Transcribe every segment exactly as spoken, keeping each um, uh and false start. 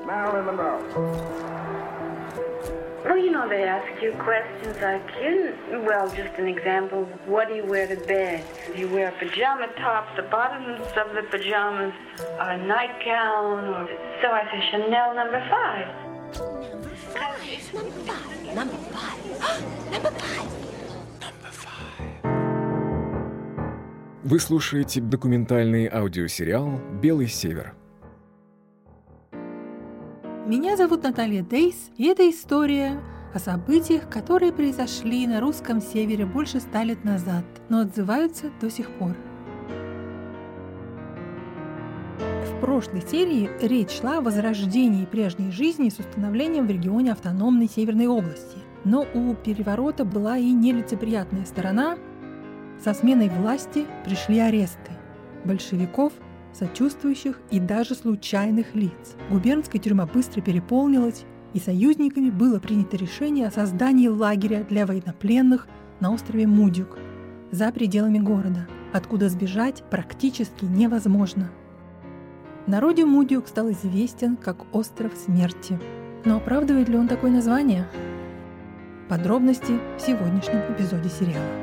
Marilyn Monroe. Well, you know, they ask you questions like, you, well, just an example, what do you wear to bed? Do you wear a pajama top, the bottoms of the pajamas, or a nightgown, or... So I say, Chanel number five. Number five, number five, number five. Вы слушаете документальный аудиосериал «Белый север». Меня зовут Наталья Дейс, и это история о событиях, которые произошли на русском севере больше ста лет назад, но отзываются до сих пор. В прошлой серии речь шла о возрождении прежней жизни с установлением в регионе автономной Северной области. Но у переворота была и нелицеприятная сторона. Со сменой власти пришли аресты большевиков, сочувствующих и даже случайных лиц. Губернская тюрьма быстро переполнилась, и союзниками было принято решение о создании лагеря для военнопленных на острове Мудюк, за пределами города, откуда сбежать практически невозможно. В народе Мудюк стал известен как «Остров смерти». Но оправдывает ли он такое название? Подробности в сегодняшнем эпизоде сериала.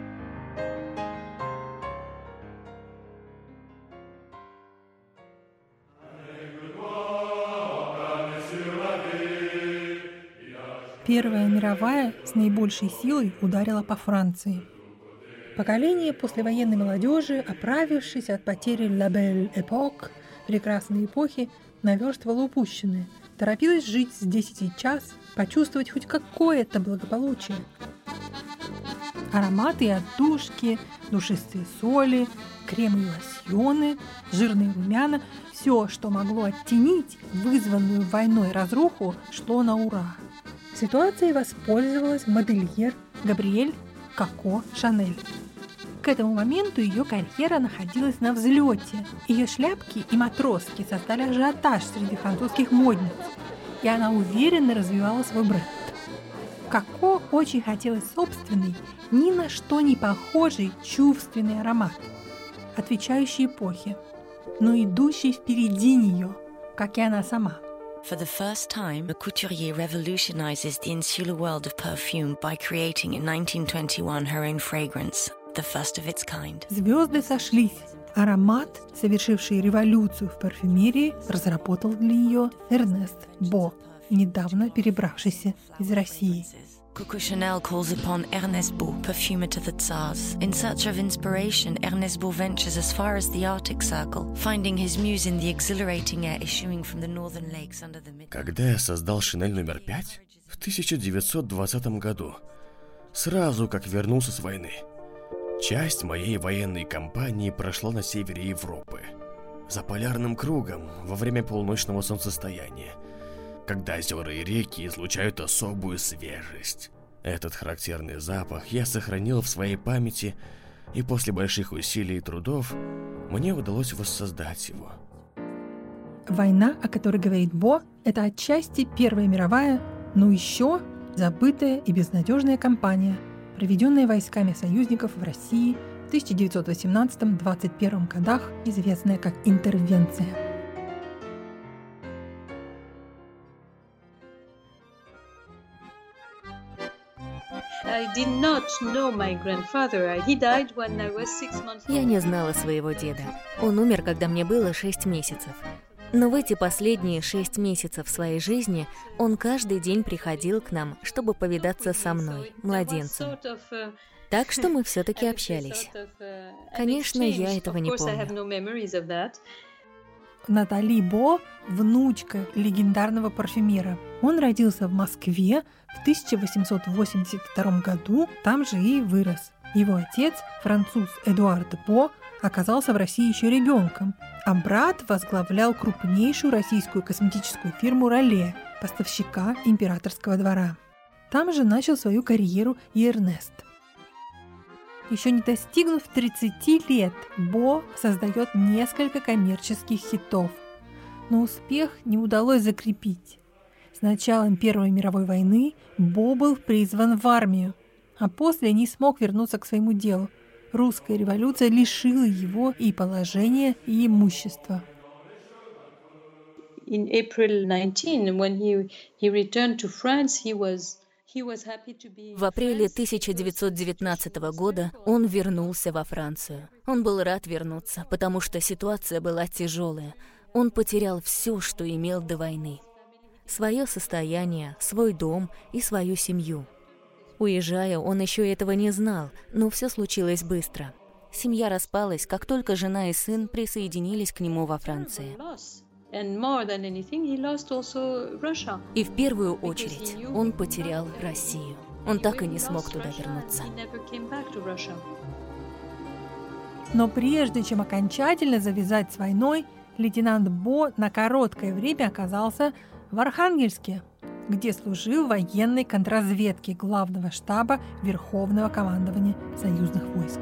Первая мировая с наибольшей силой ударила по Франции. Поколение послевоенной молодежи, оправившись от потери «La Belle Époque», прекрасной эпохи, наверстывало упущенное, торопилось жить здесь и сейчас, почувствовать хоть какое-то благополучие. Ароматы и отдушки, душистые соли, кремы и лосьоны, жирные румяна – все, что могло оттенить вызванную войной разруху, шло на ура. Ситуацией воспользовалась модельер Габриэль Коко Шанель. К этому моменту ее карьера находилась на взлете. Ее шляпки и матроски создали ажиотаж среди французских модниц, и она уверенно развивала свой бренд. Коко очень хотелось собственный, ни на что не похожий чувственный аромат, отвечающий эпохе, но идущий впереди нее, как и она сама. For the first time, a couturier revolutionizes the insular world of perfume by creating in nineteen twenty-one her own fragrance, the first of its kind. Звезды сошлись. Аромат, совершивший революцию в парфюмерии, разработал для нее Эрнест Бо, недавно перебравшийся из России. Coco Chanel calls upon Ernest Beau, perfumer to the Tsars. In search of inspiration, Ernest Beau ventures as far as the Arctic Circle, finding his muse in the exhilarating air issuing from the northern lakes under the mid. Когда я создал Chanel номер пять в тысяча девятьсот двадцатом году, сразу как вернулся с войны, часть моей военной кампании прошла на севере Европы, за полярным кругом во время полуночного солнцестояния, когда озера и реки излучают особую свежесть. Этот характерный запах я сохранил в своей памяти, и после больших усилий и трудов мне удалось воссоздать его. Война, о которой говорит Бо, это отчасти Первая мировая, но еще забытая и безнадежная кампания, проведенная войсками союзников в России в тысяча девятьсот восемнадцатом — двадцать первом годах, известная как интервенция. Я не знала своего деда. Он умер, когда мне было шесть месяцев. Но в эти последние шесть месяцев своей жизни он каждый день приходил к нам, чтобы повидаться со мной, младенцем. Так что мы все-таки общались. Конечно, я этого не помню. Натали Бо – внучка легендарного парфюмера. Он родился в Москве в тысяча восемьсот восемьдесят втором году, там же и вырос. Его отец, француз Эдуард Бо, оказался в России еще ребенком, а брат возглавлял крупнейшую российскую косметическую фирму «Роле», поставщика императорского двора. Там же начал свою карьеру и Эрнест. Еще не достигнув тридцати лет, Бо создает несколько коммерческих хитов, но успех не удалось закрепить. С началом Первой мировой войны Бо был призван в армию, а после не смог вернуться к своему делу. Русская революция лишила его и положения, и имущества. in April nineteenth, when he he returned to France, he was В апреле тысяча девятьсот девятнадцатого года он вернулся во Францию. Он был рад вернуться, потому что ситуация была тяжелая. Он потерял все, что имел до войны. Свое состояние, свой дом и свою семью. Уезжая, он еще этого не знал, но все случилось быстро. Семья распалась, как только жена и сын присоединились к нему во Франции. И в первую очередь он потерял Россию. Он так и не смог туда вернуться. Но прежде чем окончательно завязать с войной, лейтенант Бо на короткое время оказался в Архангельске, где служил в военной контрразведке главного штаба Верховного командования союзных войск.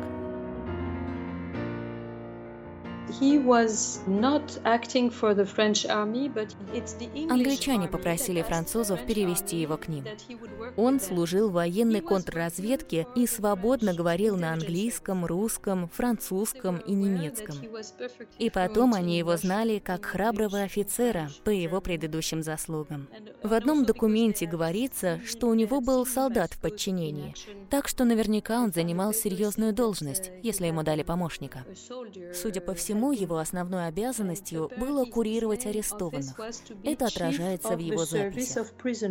Англичане попросили французов перевести его к ним. Он служил в военной контрразведке и свободно говорил на английском, русском, французском и немецком. И потом они его знали как храброго офицера по его предыдущим заслугам. В одном документе говорится, что у него был солдат в подчинении, так что наверняка он занимал серьезную должность, если ему дали помощника. Судя по всему, его основной обязанностью было курировать арестованных. Это отражается в его записях.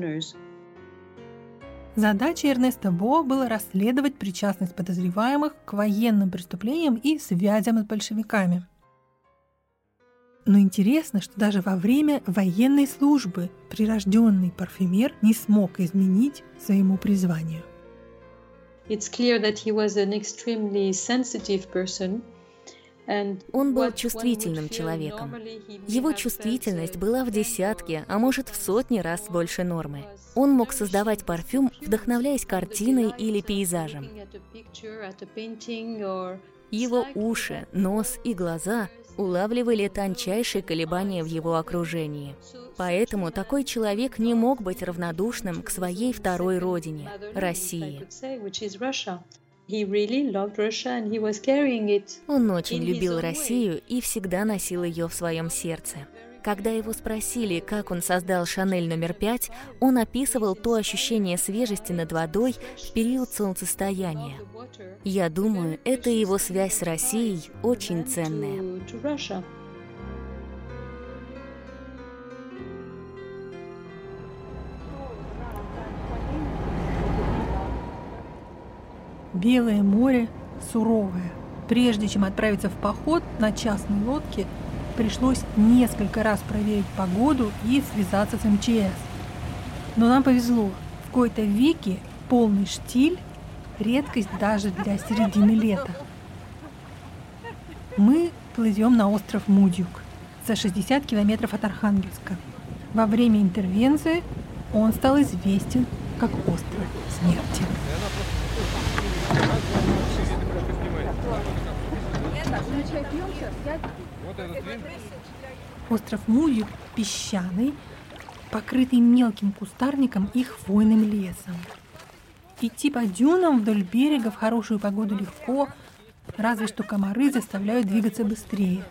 Задачей Эрнеста Бо было расследовать причастность подозреваемых к военным преступлениям и связям с большевиками. Но интересно, что даже во время военной службы прирожденный парфюмер не смог изменить своему призванию. It's clear that he was an extremely sensitive person. Он был чувствительным человеком. Его чувствительность была в десятки, а может в сотни раз больше нормы. Он мог создавать парфюм, вдохновляясь картиной или пейзажем. Его уши, нос и глаза улавливали тончайшие колебания в его окружении. Поэтому такой человек не мог быть равнодушным к своей второй родине – России. Он очень любил Россию и всегда носил ее в своем сердце. Когда его спросили, как он создал Шанель номер пять, он описывал то ощущение свежести над водой в период солнцестояния. Я думаю, это его связь с Россией очень ценная. Белое море суровое. Прежде чем отправиться в поход на частной лодке, пришлось несколько раз проверить погоду и связаться с эм че эс. Но нам повезло. В кои-то веки полный штиль – редкость даже для середины лета. Мы плывем на остров Мудюк, за шестьдесят километров от Архангельска. Во время интервенции он стал известен как остров смерти. Остров Мудюк песчаный, покрытый мелким кустарником и хвойным лесом. Идти по дюнам вдоль берега в хорошую погоду легко, разве что комары заставляют двигаться быстрее.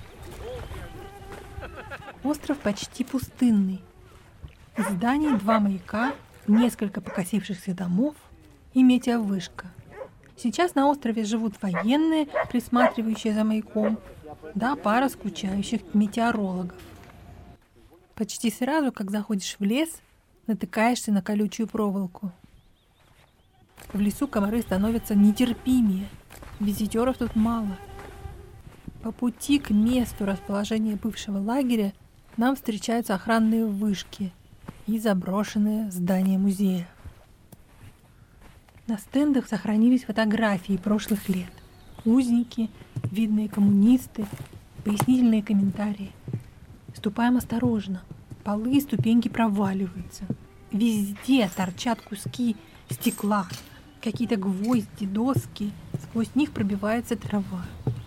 Остров почти пустынный. Из зданий два маяка, несколько покосившихся домов и метеовышка. Сейчас на острове живут военные, присматривающие за маяком, да пара скучающих метеорологов. Почти сразу, как заходишь в лес, натыкаешься на колючую проволоку. В лесу комары становятся нетерпимее, визитеров тут мало. По пути к месту расположения бывшего лагеря нам встречаются охранные вышки и заброшенное здание музея. На стендах сохранились фотографии прошлых лет. Узники, видные коммунисты, пояснительные комментарии. Ступаем осторожно. Полы и ступеньки проваливаются. Везде торчат куски стекла, какие-то гвозди, доски. Сквозь них пробивается трава.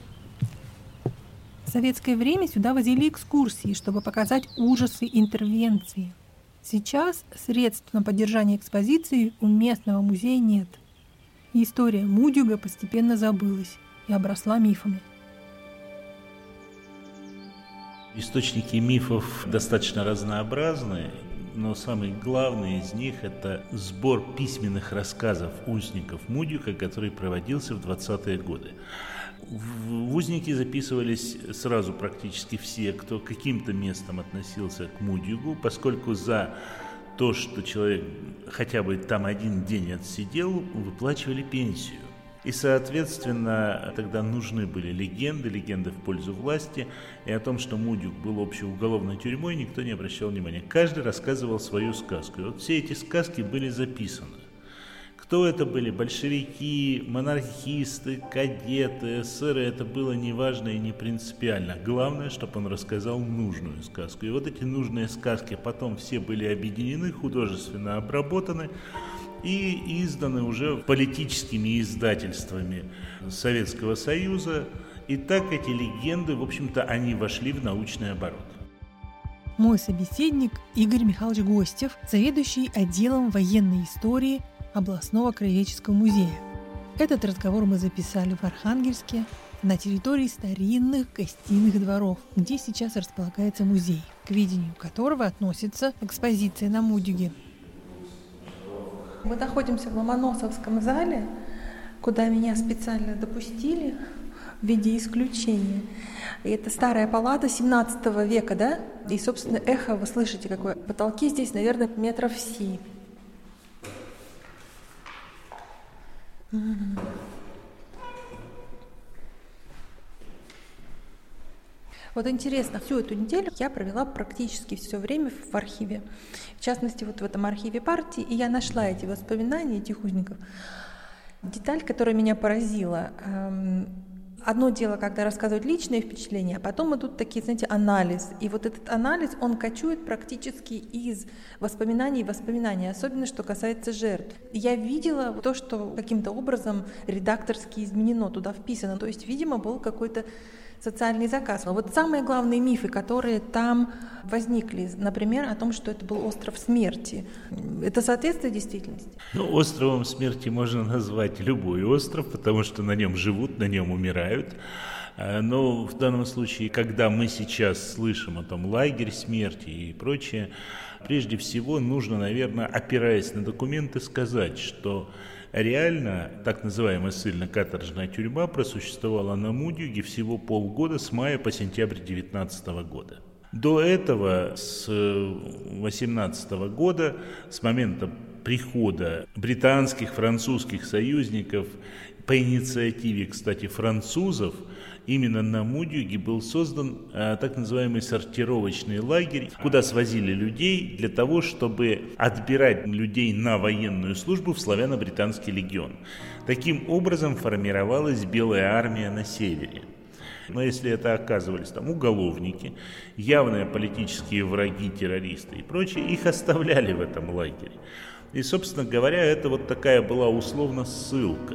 В советское время сюда возили экскурсии, чтобы показать ужасы интервенции. Сейчас средств на поддержание экспозиции у местного музея нет. И история Мудюга постепенно забылась и обросла мифами. Источники мифов достаточно разнообразны, но самый главный из них – это сбор письменных рассказов узников Мудюка, который проводился в двадцатые годы. В узники записывались сразу практически все, кто каким-то местом относился к Мудюгу, поскольку за то, что человек хотя бы там один день отсидел, выплачивали пенсию. И, соответственно, тогда нужны были легенды, легенды в пользу власти, и о том, что Мудюк был общеуголовной тюрьмой, никто не обращал внимания. Каждый рассказывал свою сказку. И вот все эти сказки были записаны. Кто это были? Большевики, монархисты, кадеты, эсеры, это было неважно и не принципиально. Главное, чтобы он рассказал нужную сказку. И вот эти нужные сказки потом все были объединены, художественно обработаны и изданы уже политическими издательствами Советского Союза. И так эти легенды, в общем-то, они вошли в научный оборот. Мой собеседник Игорь Михайлович Гостев, заведующий отделом военной истории областного краеведческого музея. Этот разговор мы записали в Архангельске на территории старинных гостиных дворов, где сейчас располагается музей, к ведению которого относится экспозиция на Мудюге. Мы находимся в Ломоносовском зале, куда меня специально допустили в виде исключения. И это старая палата семнадцатого века, да? И, собственно, эхо, вы слышите, какое. Потолки здесь, наверное, метров семь. Вот интересно, всю эту неделю я провела практически все время в архиве. В частности, вот в этом архиве партии, и я нашла эти воспоминания этих узников. Деталь, которая меня поразила. Одно дело, когда рассказывают личные впечатления, а потом идут такие, знаете, анализ. И вот этот анализ, он кочует практически из воспоминаний в воспоминания, особенно что касается жертв. Я видела то, что каким-то образом редакторски изменено, туда вписано. То есть, видимо, был какой-то социальный заказ. Но вот самые главные мифы, которые там возникли, например, о том, что это был остров смерти, это соответствует действительности? Ну, островом смерти можно назвать любой остров, потому что на нем живут, на нем умирают. Но в данном случае, когда мы сейчас слышим о том лагерь смерти и прочее, прежде всего нужно, наверное, опираясь на документы, сказать, что реально так называемая ссыльно-каторжная тюрьма просуществовала на Мудюге всего полгода, с мая по сентябрь две тысячи девятнадцатого года. До этого, с две тысячи восемнадцатого года, с момента прихода британских, французских союзников, по инициативе, кстати, французов, именно на Мудюге был создан а, так называемый сортировочный лагерь, куда свозили людей для того, чтобы отбирать людей на военную службу в славяно-британский легион. Таким образом формировалась Белая армия на севере. Но если это оказывались там уголовники, явные политические враги, террористы и прочее, их оставляли в этом лагере. И, собственно говоря, это вот такая была условно ссылка.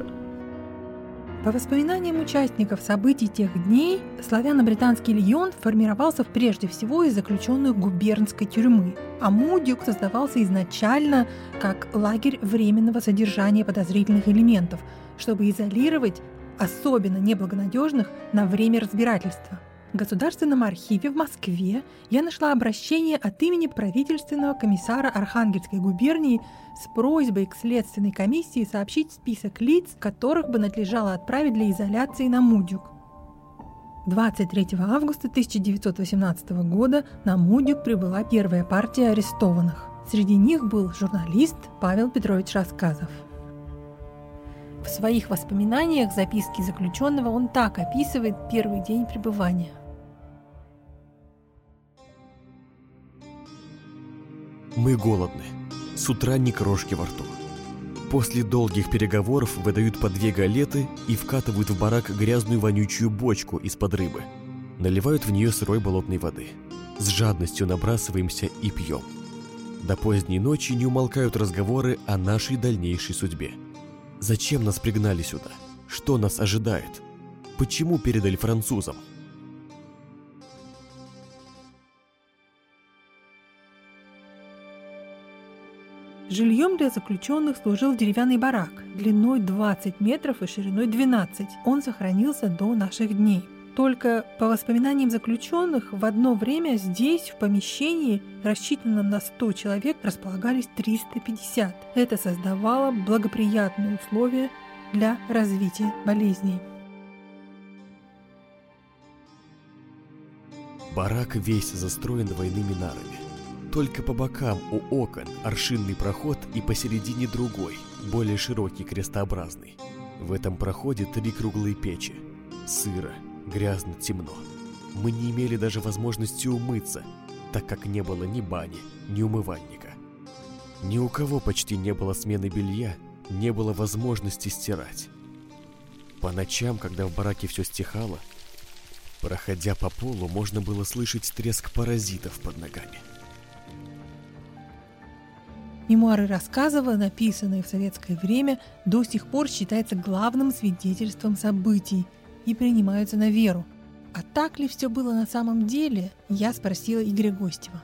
По воспоминаниям участников событий тех дней, славяно-британский легион формировался прежде всего из заключенных губернской тюрьмы, а Мудюк создавался изначально как лагерь временного содержания подозрительных элементов, чтобы изолировать особенно неблагонадежных на время разбирательства. В Государственном архиве в Москве я нашла обращение от имени правительственного комиссара Архангельской губернии с просьбой к следственной комиссии сообщить список лиц, которых бы надлежало отправить для изоляции на Мудюк. двадцать третьего августа тысяча девятьсот восемнадцатого года на Мудюк прибыла первая партия арестованных. Среди них был журналист Павел Петрович Рассказов. В своих воспоминаниях записки заключенного он так описывает первый день пребывания. Мы голодны. С утра ни крошки во рту. После долгих переговоров выдают по две галеты и вкатывают в барак грязную вонючую бочку из-под рыбы. Наливают в нее сырой болотной воды. С жадностью набрасываемся и пьем. До поздней ночи не умолкают разговоры о нашей дальнейшей судьбе. Зачем нас пригнали сюда? Что нас ожидает? Почему передали французам? Жильем для заключенных служил деревянный барак длиной двадцать метров и шириной двенадцать. Он сохранился до наших дней. Только по воспоминаниям заключенных, в одно время здесь, в помещении, рассчитанном на сто человек, располагались триста пятьдесят. Это создавало благоприятные условия для развития болезней. Барак весь застроен двойными нарами. Только по бокам у окон аршинный проход и посередине другой, более широкий, крестообразный. В этом проходе три круглые печи. Сыро, грязно, темно. Мы не имели даже возможности умыться, так как не было ни бани, ни умывальника. Ни у кого почти не было смены белья, не было возможности стирать. По ночам, когда в бараке все стихало, проходя по полу, можно было слышать треск паразитов под ногами. Мемуары Рассказова, написанные в советское время, до сих пор считаются главным свидетельством событий и принимаются на веру. А так ли все было на самом деле, я спросила Игоря Гостева.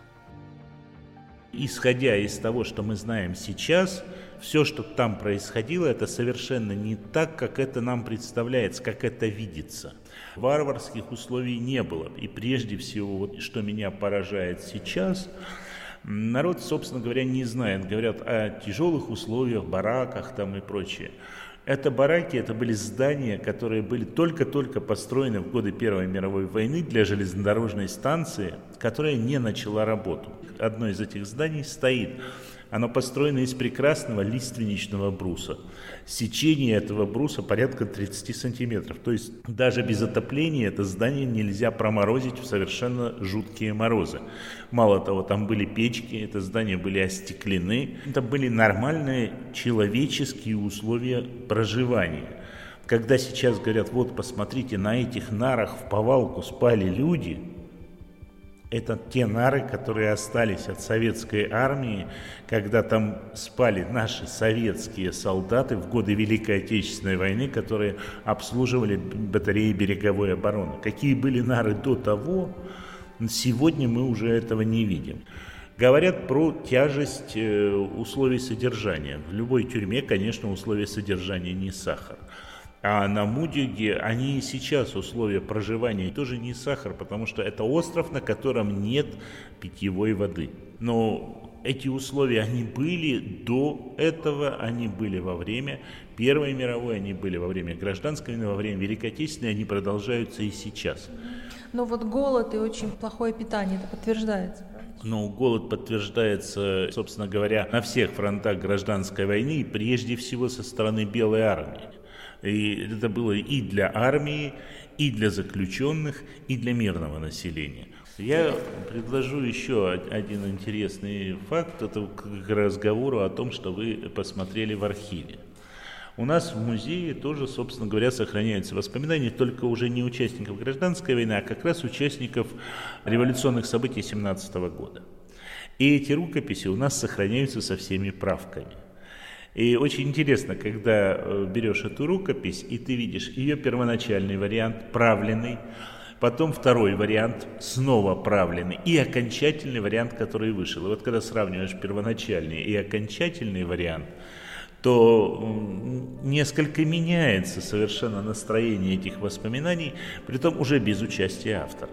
Исходя из того, что мы знаем сейчас, все, что там происходило, это совершенно не так, как это нам представляется, как это видится. Варварских условий не было. И прежде всего, вот, что меня поражает сейчас, народ, собственно говоря, не знает. Говорят о тяжелых условиях, бараках там и прочее. Это бараки, это были здания, которые были только-только построены в годы Первой мировой войны для железнодорожной станции, которая не начала работу. Одно из этих зданий стоит. Оно построено из прекрасного лиственничного бруса. Сечение этого бруса порядка тридцать сантиметров. То есть даже без отопления это здание нельзя проморозить в совершенно жуткие морозы. Мало того, там были печки, это здания были остеклены. Это были нормальные человеческие условия проживания. Когда сейчас говорят, вот посмотрите, на этих нарах в повалку спали люди, это те нары, которые остались от советской армии, когда там спали наши советские солдаты в годы Великой Отечественной войны, которые обслуживали батареи береговой обороны. Какие были нары до того, сегодня мы уже этого не видим. Говорят про тяжесть условий содержания. В любой тюрьме, конечно, условия содержания не сахар. А на Мудиге они и сейчас условия проживания тоже не сахар, потому что это остров, на котором нет питьевой воды. Но эти условия, они были до этого, они были во время Первой мировой, они были во время гражданской войны, во время Великой Отечественной, они продолжаются и сейчас. Но вот голод и очень плохое питание, это подтверждается. Но голод подтверждается, собственно говоря, на всех фронтах гражданской войны, и прежде всего со стороны Белой армии. И это было и для армии, и для заключенных, и для мирного населения. Я предложу еще один интересный факт, это к разговору о том, что вы посмотрели в архиве. У нас в музее тоже, собственно говоря, сохраняются воспоминания только уже не участников гражданской войны, а как раз участников революционных событий семнадцатого года. И эти рукописи у нас сохраняются со всеми правками. И очень интересно, когда берешь эту рукопись, и ты видишь ее первоначальный вариант, правленный, потом второй вариант, снова правленный, и окончательный вариант, который вышел. И вот когда сравниваешь первоначальный и окончательный вариант, то несколько меняется совершенно настроение этих воспоминаний, притом уже без участия автора.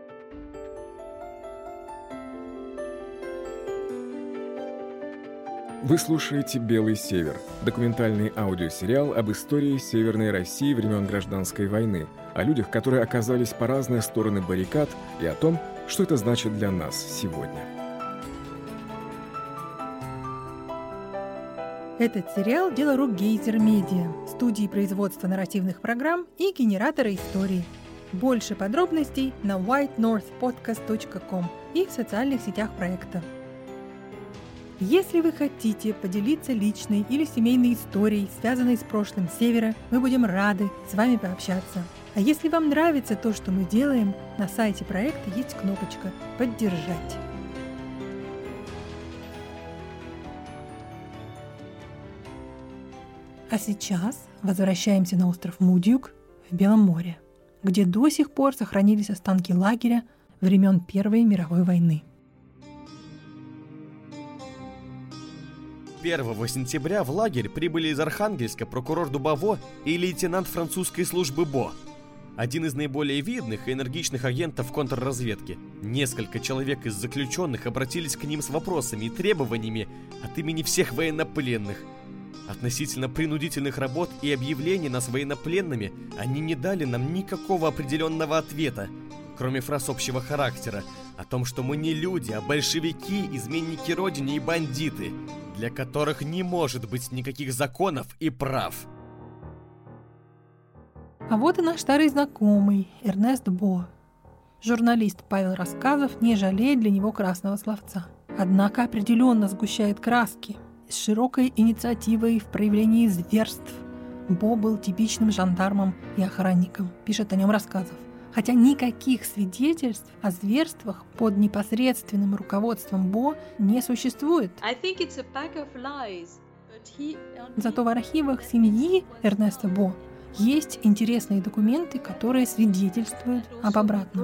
Вы слушаете «Белый север» – документальный аудиосериал об истории Северной России времен Гражданской войны, о людях, которые оказались по разные стороны баррикад, и о том, что это значит для нас сегодня. Этот сериал – дело рук Гейзер Медиа, студии производства нарративных программ и генератора историй. Больше подробностей на white north podcast точка com и в социальных сетях проекта. Если вы хотите поделиться личной или семейной историей, связанной с прошлым Севера, мы будем рады с вами пообщаться. А если вам нравится то, что мы делаем, на сайте проекта есть кнопочка «Поддержать». А сейчас возвращаемся на остров Мудюк в Белом море, где до сих пор сохранились останки лагеря времен Первой мировой войны. первого сентября в лагерь прибыли из Архангельска прокурор Дубово и лейтенант французской службы Бо. один из наиболее видных и энергичных агентов контрразведки. Несколько человек из заключенных обратились к ним с вопросами и требованиями от имени всех военнопленных. Относительно принудительных работ и объявлений нас военнопленными они не дали нам никакого определенного ответа, кроме фраз общего характера о том, что мы не люди, а большевики, изменники родине и бандиты, для которых не может быть никаких законов и прав. А вот и наш старый знакомый Эрнест Бо. Журналист Павел Рассказов не жалеет для него красного словца. Однако определенно сгущает краски. С широкой инициативой в проявлении зверств Бо был типичным жандармом и охранником, пишет о нем Рассказов. Хотя никаких свидетельств о зверствах под непосредственным руководством Бо не существует. Зато в архивах семьи Эрнеста Бо есть интересные документы, которые свидетельствуют об обратном.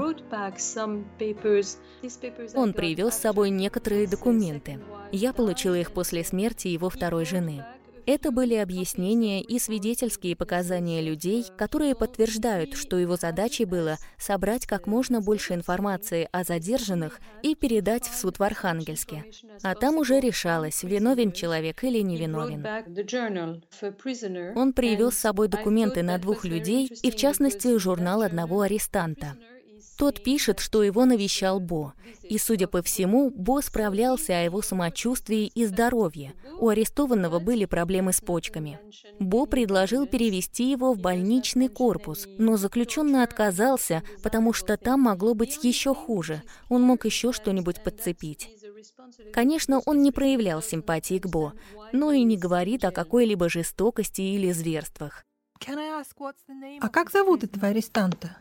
Он привез с собой некоторые документы. Я получила их после смерти его второй жены. Это были объяснения и свидетельские показания людей, которые подтверждают, что его задачей было собрать как можно больше информации о задержанных и передать в суд в Архангельске. А там уже решалось, виновен человек или невиновен. Он привез с собой документы на двух людей и, в частности, журнал одного арестанта. Тот пишет, что его навещал Бо, и, судя по всему, Бо справлялся о его самочувствии и здоровье. У арестованного были проблемы с почками. Бо предложил перевести его в больничный корпус, но заключенный отказался, потому что там могло быть еще хуже, он мог еще что-нибудь подцепить. Конечно, он не проявлял симпатии к Бо, но и не говорит о какой-либо жестокости или зверствах. А как зовут этого арестанта?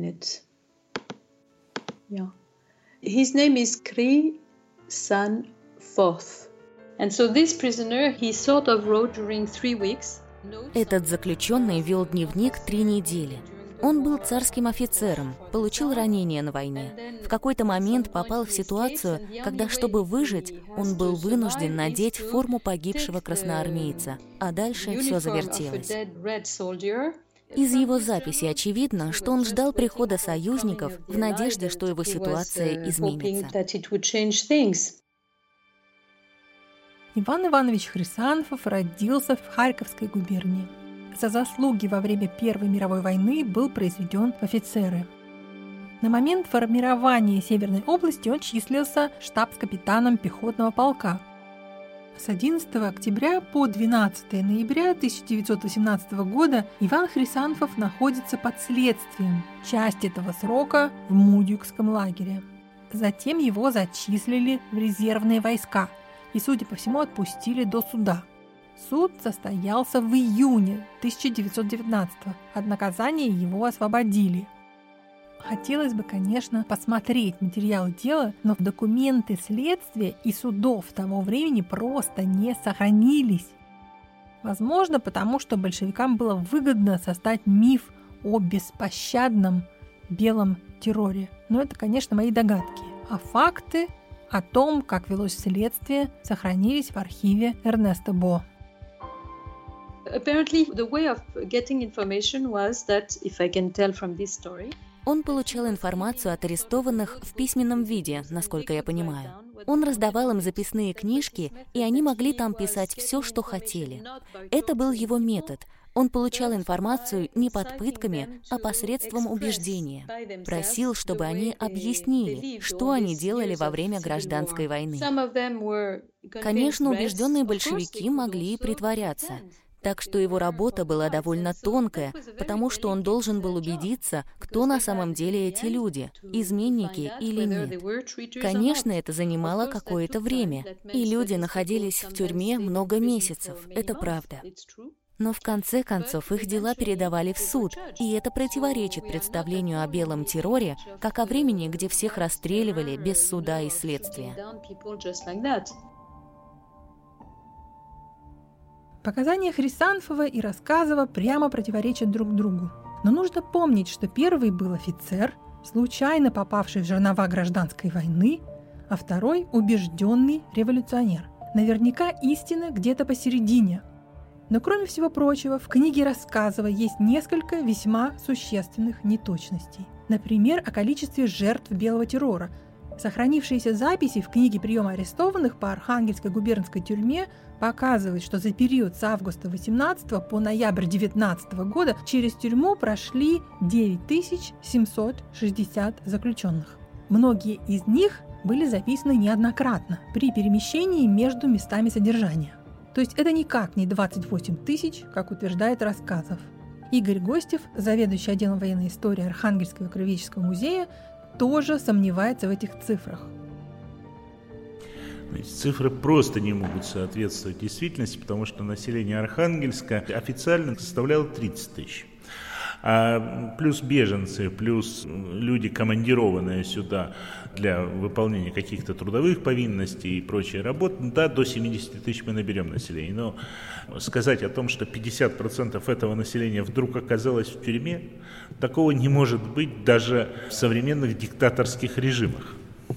Yeah. His name is Kri San Foth. And so this prisoner, he sort of wrote during three weeks. Этот заключенный вел дневник три недели. Он был царским офицером, получил ранение на войне. В какой-то момент попал в ситуацию, когда, чтобы выжить, он был вынужден надеть форму погибшего красноармейца, а дальше все завертелось. Из его записи очевидно, что он ждал прихода союзников в надежде, что его ситуация изменится. Иван Иванович Хрисанфов родился в Харьковской губернии. За заслуги во время Первой мировой войны был произведен в офицеры. На момент формирования Северной области он числился штабс-капитаном пехотного полка. С одиннадцатого октября по двенадцатое ноября тысяча девятьсот восемнадцатого года Иван Хрисанфов находится под следствием. Часть этого срока в Мудюкском лагере. Затем его зачислили в резервные войска и, судя по всему, отпустили до суда. Суд состоялся в июне тысяча девятьсот девятнадцатого. От наказания его освободили. Хотелось бы, конечно, посмотреть материалы дела, но документы следствия и судов того времени просто не сохранились. Возможно, потому что большевикам было выгодно создать миф о беспощадном белом терроре. Но это, конечно, мои догадки. А факты о том, как велось следствие, сохранились в архиве Эрнеста Бо. Apparently, the way of getting information was that, if I can tell from this story, он получал информацию от арестованных в письменном виде, насколько я понимаю. Он раздавал им записные книжки, и они могли там писать все, что хотели. Это был его метод. Он получал информацию не под пытками, а посредством убеждения. Просил, чтобы они объяснили, что они делали во время гражданской войны. Конечно, убежденные большевики могли и притворяться. Так что его работа была довольно тонкая, потому что он должен был убедиться, кто на самом деле эти люди, изменники или нет. Конечно, это занимало какое-то время, и люди находились в тюрьме много месяцев, это правда. Но в конце концов их дела передавали в суд, и это противоречит представлению о белом терроре, как о времени, где всех расстреливали без суда и следствия. Показания Хрисанфова и Рассказова прямо противоречат друг другу. Но нужно помнить, что первый был офицер, случайно попавший в жернова гражданской войны, а второй – убежденный революционер. Наверняка истина где-то посередине. Но кроме всего прочего, в книге Рассказова есть несколько весьма существенных неточностей. Например, о количестве жертв белого террора. Сохранившиеся записи в книге приема арестованных по Архангельской губернской тюрьме показывают, что за период с августа восемнадцатого по ноябрь девятнадцатого года через тюрьму прошли девять тысяч семьсот шестьдесят заключенных. Многие из них были записаны неоднократно при перемещении между местами содержания. То есть это никак не двадцать восемь тысяч, как утверждает Рассказов. Игорь Гостев, заведующий отделом военной истории Архангельского краеведческого музея, тоже сомневается в этих цифрах. Цифры просто не могут соответствовать действительности, потому что население Архангельска официально составляло тридцать тысяч. А плюс беженцы, плюс люди, командированные сюда для выполнения каких-то трудовых повинностей и прочей работы, да, до семьдесят тысяч мы наберем населения. Но сказать о том, что пятьдесят процентов этого населения вдруг оказалось в тюрьме, такого не может быть даже в современных диктаторских режимах.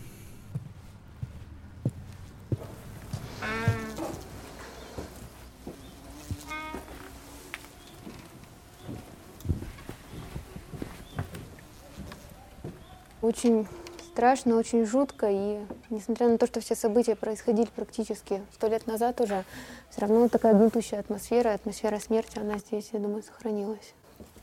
Очень страшно, очень жутко, и несмотря на то, что все события происходили практически сто лет назад уже, все равно такая гнетущая атмосфера, атмосфера смерти, она здесь, я думаю, сохранилась.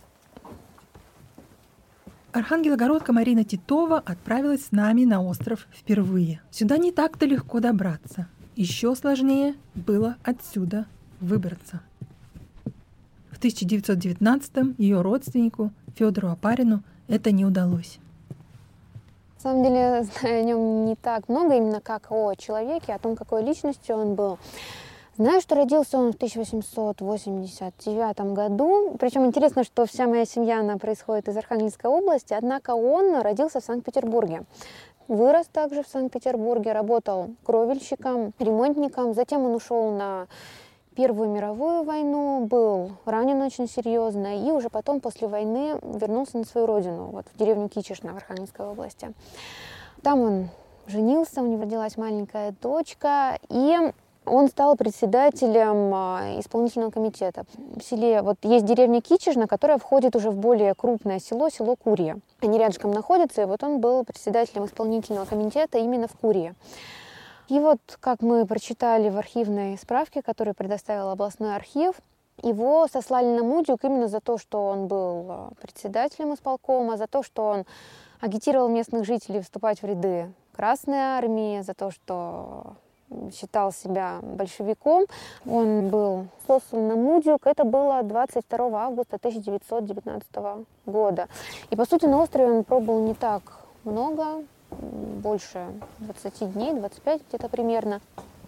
Архангелогородка Марина Титова отправилась с нами на остров впервые. Сюда не так-то легко добраться. Еще сложнее было отсюда выбраться. В тысяча девятьсот девятнадцатом ее родственнику Федору Опарину это не удалось. На самом деле, знаю о нем не так много, именно как о человеке, о том, какой личностью он был. Знаю, что родился он в тысяча восемьсот восемьдесят девятом году. Причем интересно, что вся моя семья, она происходит из Архангельской области, однако он родился в Санкт-Петербурге. Вырос также в Санкт-Петербурге, работал кровельщиком, ремонтником. Затем он ушел на Первую мировую войну, был ранен очень серьезно, и уже потом, после войны, вернулся на свою родину, вот в деревню Кичишна в Архангельской области. Там он женился, у него родилась маленькая дочка, и он стал председателем исполнительного комитета. В селе вот есть деревня Кичишна, которая входит уже в более крупное село, село Курье. Они рядышком находятся, и вот он был председателем исполнительного комитета именно в Курье. И вот, как мы прочитали в архивной справке, которую предоставил областной архив, его сослали на Мудюк именно за то, что он был председателем исполкома, за то, что он агитировал местных жителей вступать в ряды Красной армии, за то, что считал себя большевиком. Он был сослан на Мудюк. Это было двадцать второго августа тысяча девятьсот девятнадцатого года. И, по сути, на острове он пробыл не так много, больше двадцати дней, двадцать пять где-то примерно.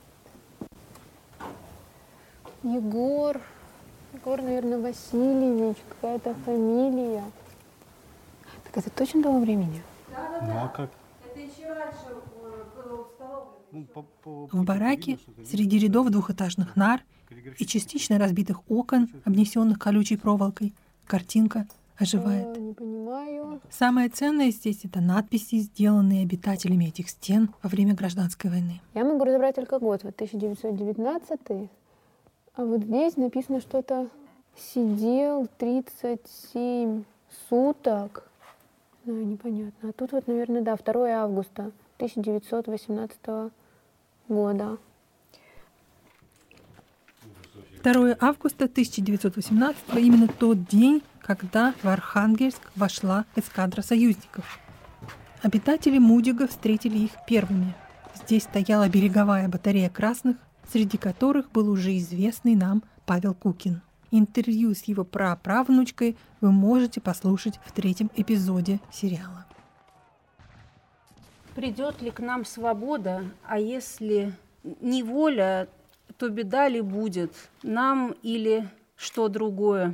Егор, Егор, наверное, Васильевич, какая-то фамилия. Так это точно того времени? Да, да, да. Ну, а как? Это еще раньше в бараке среди рядов двухэтажных нар и частично разбитых окон, обнесенных колючей проволокой, картинка оживает. Не понимаю. Самое ценное здесь — это надписи, сделанные обитателями этих стен во время гражданской войны. Я могу разобрать только год, вот тысяча девятьсот девятнадцатый, а вот здесь написано что-то «сидел тридцать семь суток». Ну, непонятно. А тут вот, наверное, да, второго августа тысяча девятьсот восемнадцатого года. второго августа тысяча девятьсот восемнадцатого, именно тот день, когда в Архангельск вошла эскадра союзников. Обитатели Мудюга встретили их первыми. Здесь стояла береговая батарея красных, среди которых был уже известный нам Павел Кукин. Интервью с его праправнучкой вы можете послушать в третьем эпизоде сериала. Придет ли к нам свобода, а если неволя, то беда ли будет нам или что другое?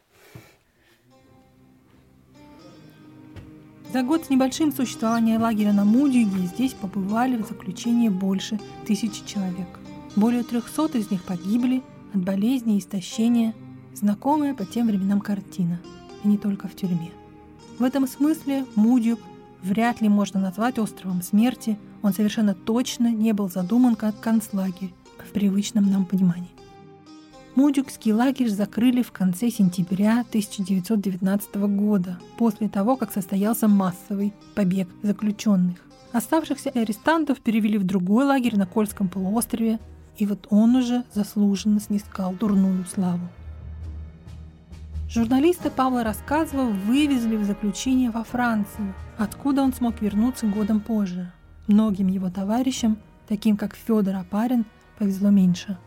За год с небольшим существования лагеря на Мудюге здесь побывали в заключении больше тысячи человек. Более трехсот из них погибли от болезни и истощения, знакомая по тем временам картина, и не только в тюрьме. В этом смысле Мудюг вряд ли можно назвать островом смерти, он совершенно точно не был задуман как концлагерь в привычном нам понимании. Мудюкский лагерь закрыли в конце сентября тысяча девятьсот девятнадцатого года, после того, как состоялся массовый побег заключенных. Оставшихся арестантов перевели в другой лагерь на Кольском полуострове, и вот он уже заслуженно снискал дурную славу. Журналиста Павла Рассказова вывезли в заключение во Францию, откуда он смог вернуться годом позже. Многим его товарищам, таким как Федор Опарин, повезло меньше.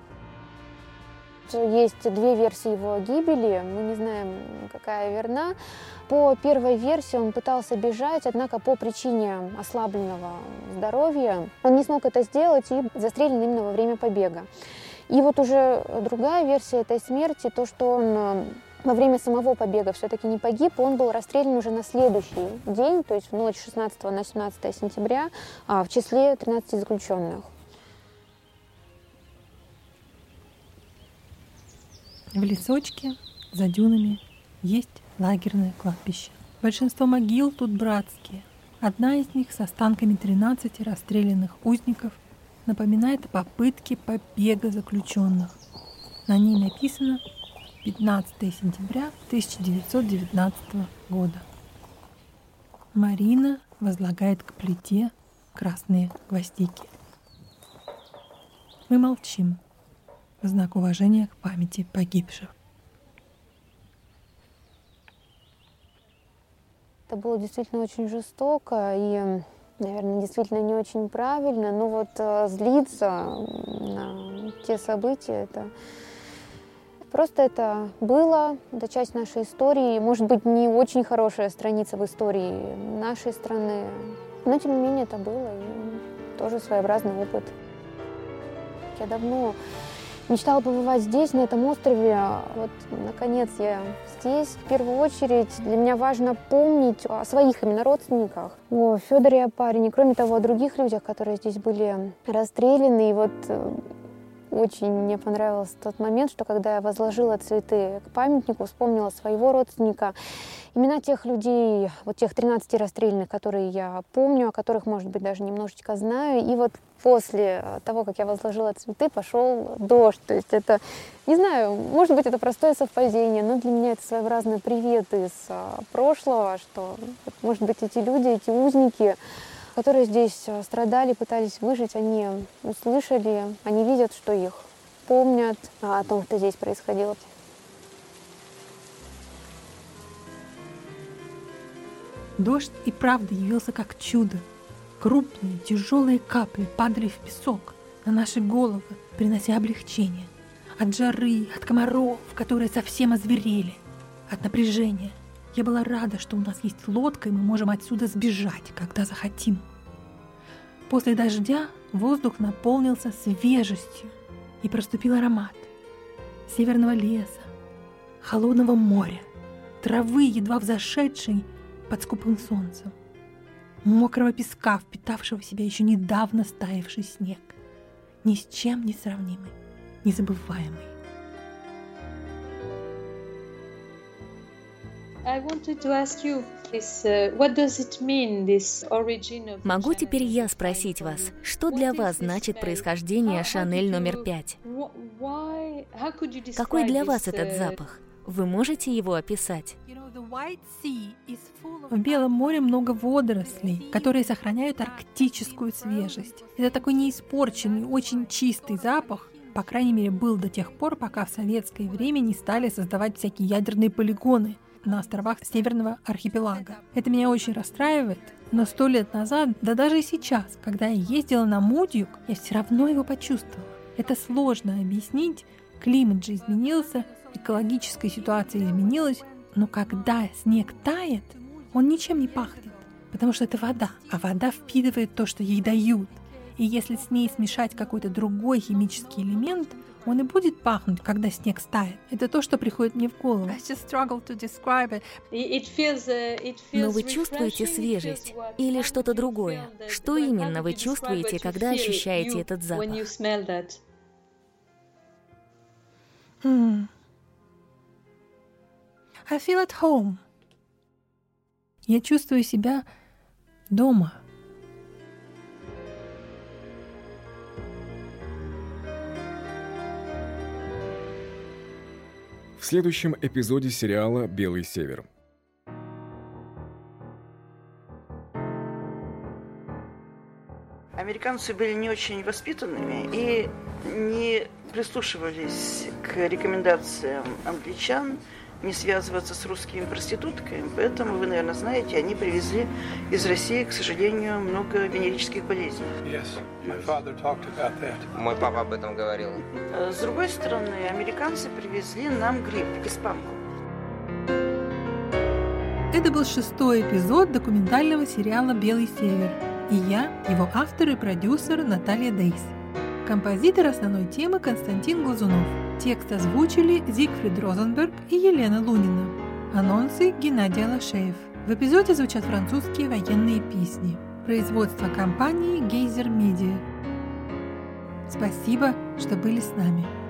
Есть две версии его гибели, мы не знаем, какая верна. По первой версии он пытался бежать, однако по причине ослабленного здоровья он не смог это сделать и застрелен именно во время побега. И вот уже другая версия этой смерти, то, что он во время самого побега все-таки не погиб, он был расстрелян уже на следующий день, то есть в ночь шестнадцатого на семнадцатое сентября, в числе тринадцати заключенных. В лесочке за дюнами есть лагерное кладбище. Большинство могил тут братские. Одна из них с останками тринадцати расстрелянных узников напоминает о попытке побега заключенных. На ней написано пятнадцатое сентября тысяча девятьсот девятнадцатого года. Марина возлагает к плите красные гвоздики. Мы молчим в знак уважения к памяти погибших. Это было действительно очень жестоко и, наверное, действительно не очень правильно, но вот э, злиться на те события, это просто это было, это часть нашей истории, может быть, не очень хорошая страница в истории нашей страны, но тем не менее это было и тоже своеобразный опыт. Я давно мечтала побывать здесь, на этом острове. Вот, наконец, я здесь. В первую очередь для меня важно помнить о своих именно родственниках, о Федоре Опарине, кроме того, о других людях, которые здесь были расстреляны. И вот очень мне понравился тот момент, что когда я возложила цветы к памятнику, вспомнила своего родственника, имена тех людей, вот тех тринадцати расстрелянных, которые я помню, о которых, может быть, даже немножечко знаю. И вот после того, как я возложила цветы, пошел дождь. То есть это, не знаю, может быть, это простое совпадение, но для меня это своеобразный привет из прошлого, что, может быть, эти люди, эти узники, которые здесь страдали, пытались выжить, они услышали, они видят, что их помнят о том, что здесь происходило. Дождь и правда явился как чудо. Крупные, тяжелые капли падали в песок на наши головы, принося облегчение. От жары, от комаров, которые совсем озверели, от напряжения. Я была рада, что у нас есть лодка, и мы можем отсюда сбежать, когда захотим. После дождя воздух наполнился свежестью, и проступил аромат северного леса, холодного моря, травы, едва взошедшей под скупым солнцем, мокрого песка, впитавшего в себя еще недавно стаявший снег, ни с чем не сравнимый, незабываемый. Могу теперь я спросить вас, что для вас значит происхождение Шанель номер пять? Какой для вас этот запах? Вы можете его описать? В Белом море много водорослей, которые сохраняют арктическую свежесть. Это такой неиспорченный, очень чистый запах, по крайней мере, был до тех пор, пока в советское время не стали создавать всякие ядерные полигоны на островах Северного архипелага. Это меня очень расстраивает, но сто лет назад, да даже и сейчас, когда я ездила на Мудюк, я все равно его почувствовала. Это сложно объяснить, климат же изменился, экологическая ситуация изменилась, но когда снег тает, он ничем не пахнет, потому что это вода, а вода впитывает то, что ей дают. И если с ней смешать какой-то другой химический элемент, он и будет пахнуть, когда снег стает. Это то, что приходит мне в голову. Но вы чувствуете свежесть или что-то другое? Что именно вы чувствуете, когда ощущаете этот запах? Mm. I feel at home. Я чувствую себя дома. в следующем эпизоде сериала «Белый север». Американцы были не очень воспитанными и не прислушивались к рекомендациям англичан не связываться с русскими проститутками. Поэтому, вы, наверное, знаете, они привезли из России, к сожалению, много венерических болезней. Yes, my father talked about that. Мой папа об этом говорил. С другой стороны, американцы привезли нам грипп, испанку. Это был шестой эпизод документального сериала «Белый север». И я, его автор и продюсер Наталья Дейс. Композитор основной темы Константин Глазунов. Текст озвучили Зигфрид Розенберг и Елена Лунина. Анонсы Геннадий Алашеев. В эпизоде звучат французские военные песни. Производство компании Гейзер Медиа. Спасибо, что были с нами.